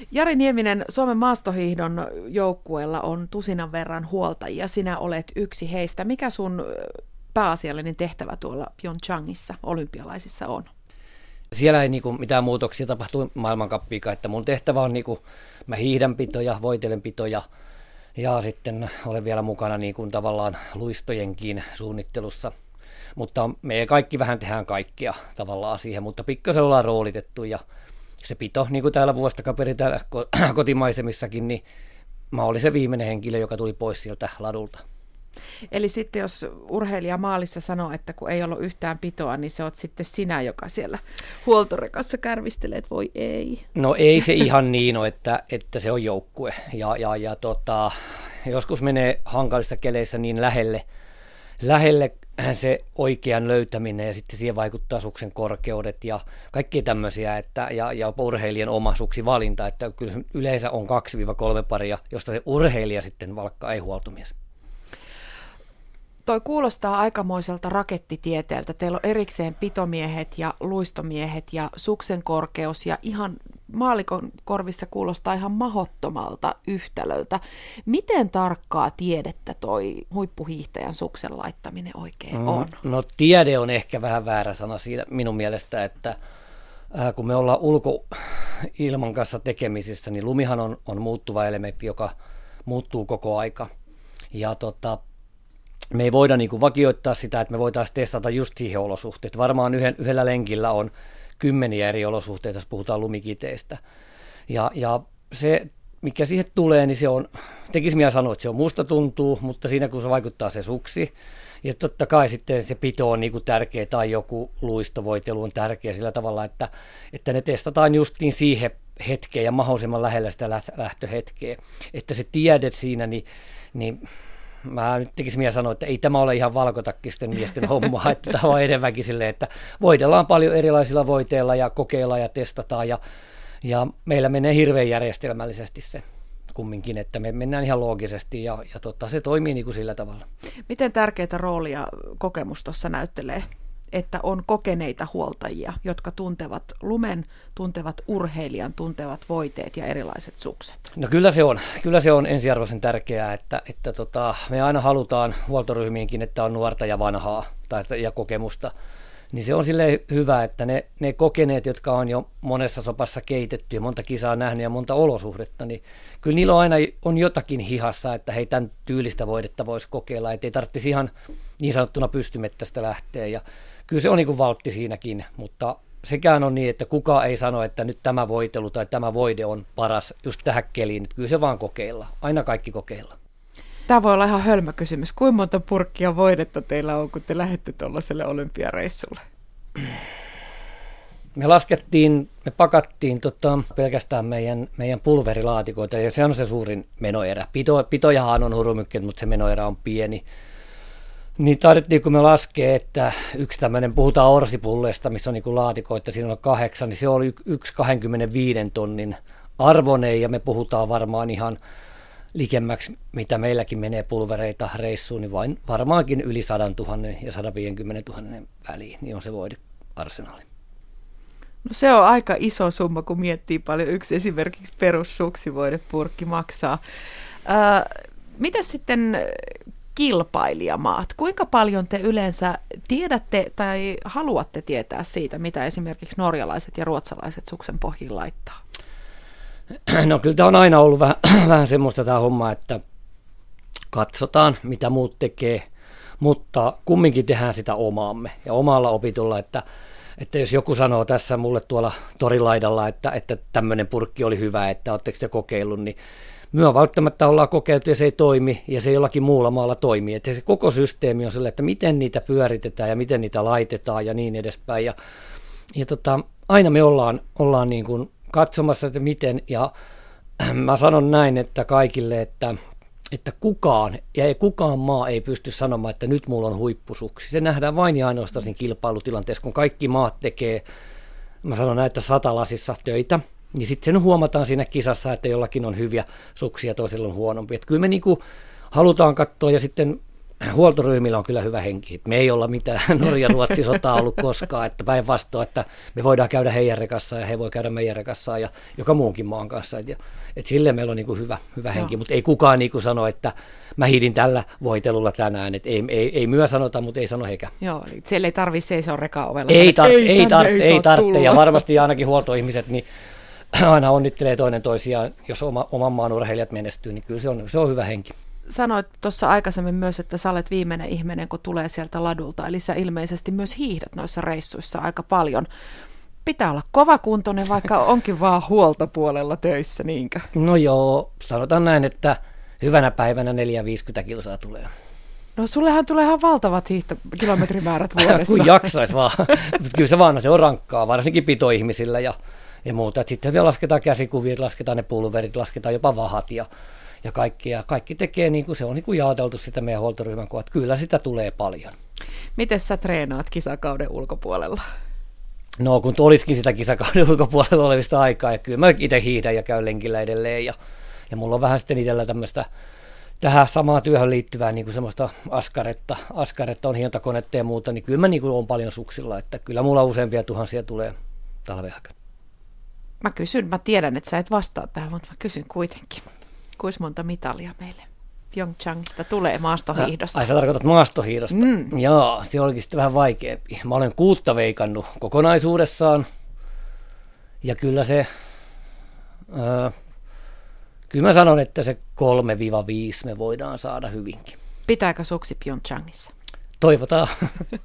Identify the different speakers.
Speaker 1: Jari Nieminen, Suomen maastohiihdon joukkueella on tusinan verran huoltajia. Sinä olet yksi heistä. Mikä sun pääasiallinen tehtävä tuolla Pyeongchangissa olympialaisissa on?
Speaker 2: Siellä ei mitään muutoksia tapahtu maailmankappiikaan, että mun tehtävä on mä hiihdänpitoja, voitelenpitoja ja sitten olen vielä mukana tavallaan luistojenkin suunnittelussa. Mutta me kaikki vähän tehdään kaikkea tavallaan siihen, mutta pikkasen ollaan roolitettu ja se pito, niin kuin täällä vuostakaperi täällä kotimaisemissakin, niin mä olin se viimeinen henkilö, joka tuli pois sieltä ladulta.
Speaker 1: Eli sitten jos urheilija maalissa sanoo, että kun ei ollut yhtään pitoa, niin se oot sitten sinä, joka siellä huoltorekassa kärvistelee, että voi ei.
Speaker 2: No ei se ihan niin ole, että se on joukkue. Joskus menee hankalissa keleissä niin lähelle se oikean löytäminen ja sitten siihen vaikuttaa suksen korkeudet ja kaikki tämmöisiä ja urheilijan oma suksivalinta, että kyllä yleensä on 2-3 paria, josta se urheilija sitten valkkaa, ei huoltomies.
Speaker 1: Toi kuulostaa aikamoiselta rakettitieteeltä. Teillä on erikseen pitomiehet ja luistomiehet ja suksen korkeus ja ihan maalikon korvissa kuulostaa ihan mahdottomalta yhtälöltä. Miten tarkkaa tiedettä toi huippuhiihtäjän suksen laittaminen oikein on?
Speaker 2: No tiede on ehkä vähän väärä sana siinä minun mielestä, että kun me ollaan ulkoilman kanssa tekemisissä, niin lumihan on muuttuva elementti, joka muuttuu koko aika. Ja me ei voida vakioittaa sitä, että me voitaisiin testata just siihen olosuhteet. Varmaan yhdellä lenkillä on 10 eri olosuhteita, jos puhutaan lumikiteistä. Ja se, mikä siihen tulee, niin se on, tekisi minä sanoa, että se on musta tuntuu, mutta siinä kun se vaikuttaa se suksi, ja totta kai sitten se pito on tärkeä tai joku luistovoitelu on tärkeä sillä tavalla, että ne testataan justiin siihen hetkeen ja mahdollisimman lähellä sitä lähtöhetkeä. Että se tiede siinä, niin mä nyt tekisin minä sanoa, että ei tämä ole ihan valkotakkisten miesten hommaa, että tämä on enemmänkin silleen, että voidellaan paljon erilaisilla voiteilla ja kokeillaan ja testataan ja meillä menee hirveän järjestelmällisesti se kumminkin, että me mennään ihan loogisesti ja se toimii sillä tavalla.
Speaker 1: Miten tärkeää roolia kokemus tuossa näyttelee, että on kokeneita huoltajia, jotka tuntevat lumen, tuntevat urheilijan, tuntevat voiteet ja erilaiset sukset?
Speaker 2: No kyllä se on ensiarvoisen tärkeää, että me aina halutaan huoltoryhmiinkin, että on nuorta ja vanhaa ja kokemusta, niin se on silleen hyvä, että ne kokeneet, jotka on jo monessa sopassa keitetty ja monta kisaa nähnyt ja monta olosuhdetta, niin kyllä niillä aina on jotakin hihassa, että hei, tämän tyylistä voidetta voisi kokeilla, ettei tarvitsisi ihan niin sanottuna pystymettästä lähteä ja kyllä se on valtti siinäkin, mutta sekään on niin, että kukaan ei sano, että nyt tämä voitelu tai tämä voide on paras just tähän keliin. Kyllä se vaan kokeilla. Aina kaikki kokeilla.
Speaker 1: Tämä voi olla ihan hölmö kysymys. Kuinka monta purkkia voidetta teillä on, kun te lähdette tuollaiselle olympiareissulle?
Speaker 2: Me pakattiin pelkästään meidän pulverilaatikoita ja se on se suurin menoerä. Pitojahan on hurumykket, mutta se menoerä on pieni. Niin taidettiin, kun me laskee, että yksi tämmöinen, puhutaan orsipulleesta, missä on laatikoita, siinä on 8, niin se oli yksi 25 tonnin arvoinen, ja me puhutaan varmaan ihan likemmäksi, mitä meilläkin menee pulvereita reissuun, niin vain varmaankin yli 100 000 ja 150 000 väliin, niin on se voidearsenaali.
Speaker 1: No se on aika iso summa, kun miettii paljon yksi esimerkiksi perussuksivoidepurkki maksaa. Mitä sitten kilpailijamaat? Kuinka paljon te yleensä tiedätte tai haluatte tietää siitä, mitä esimerkiksi norjalaiset ja ruotsalaiset suksen pohjiin laittaa?
Speaker 2: No kyllä tämä on aina ollut vähän semmoista tämä homma, että katsotaan mitä muut tekee, mutta kumminkin tehdään sitä omaamme ja omalla opitulla, että jos joku sanoo tässä mulle tuolla torilaidalla, että tämmöinen purkki oli hyvä, että oletteko te kokeillut, niin myö välttämättä ollaan kokeiltu ja se ei toimi ja se jollakin muulla maalla toimii. Että se koko systeemi on sellainen, että miten niitä pyöritetään ja miten niitä laitetaan ja niin edespäin. Ja aina me ollaan niin kuin katsomassa, että miten, ja mä sanon näin, että kaikille, että kukaan maa ei pysty sanomaan, että nyt mulla on huippusuksi. Se nähdään vain ja ainoastaan siinä kilpailutilanteessa, kun kaikki maat tekee, mä sanon näin, että 100 lasissa töitä, niin sitten sen huomataan siinä kisassa, että jollakin on hyviä suksia ja toisella on huonompi. Että kyllä me niinku halutaan katsoa ja sitten huoltoryhmillä on kyllä hyvä henki. Me ei olla mitään Norja-Ruotsi-sotaa ollut koskaan, että päinvastoin, että me voidaan käydä heidän rekassaan ja he voi käydä meidän rekassaan ja joka muunkin maan kanssa. Et silleen meillä on niin kuin hyvä henki, mutta ei kukaan niin kuin sano, että mä hiidin tällä voitelulla tänään. Et ei myö sanota, mutta ei sano hekä.
Speaker 1: Joo, siellä ei tarvitse seisoa rekan ovella.
Speaker 2: Ei tarvitse ja varmasti ainakin huoltoihmiset niin aina onnittelee toinen toisiaan, jos oman maan urheilijat menestyy, niin kyllä se on hyvä henki.
Speaker 1: Sanoit tuossa aikaisemmin myös, että sä olet viimeinen ihminen, kun tulee sieltä ladulta, eli sä ilmeisesti myös hiihdät noissa reissuissa aika paljon. Pitää olla kovakuntoinen, vaikka onkin vaan huoltopuolella töissä, niinkö?
Speaker 2: No joo, sanotaan näin, että hyvänä päivänä 450 kilsaa tulee.
Speaker 1: No sullehan tulee ihan valtavat kilometrimäärät vuodessa.
Speaker 2: Kun jaksais vaan. Kyllä se vaan, se on rankkaa, varsinkin pitoihmisillä ja muuta. Sitten vielä lasketaan käsikuvia, lasketaan ne pulverit, lasketaan jopa vahat ja kaikki tekee niin kuin se on niin kuin jaoteltu sitä meidän huoltoryhmän kohdalla. Kyllä sitä tulee paljon.
Speaker 1: Miten sä treenaat kisakauden ulkopuolella?
Speaker 2: No kun olisikin sitä kisakauden ulkopuolella olevista aikaa, ja kyllä mä itse hiihdän ja käyn lenkillä edelleen, ja mulla on vähän sitten itsellä tämmöistä tähän samaan työhön liittyvää niin kuin semmoista askaretta on hientokonetta ja muuta, niin kyllä mä niin kuin olen paljon suksilla, että kyllä mulla useampia tuhansia tulee talven aikana.
Speaker 1: Mä tiedän, että sä et vastaa tähän, mutta mä kysyn kuitenkin. Kuinka monta mitalia meille Pyeongchangista tulee maastohiihdosta?
Speaker 2: Ai sä tarkoitat maastohiihdosta? Jaa, se olikin sitten vähän vaikeampi. Mä olen 6 veikannut kokonaisuudessaan. Ja kyllä se, kyllä mä sanon, että se 3-5 me voidaan saada hyvinkin.
Speaker 1: Pitääkö suksi Pyeongchangissa?
Speaker 2: Toivotaan.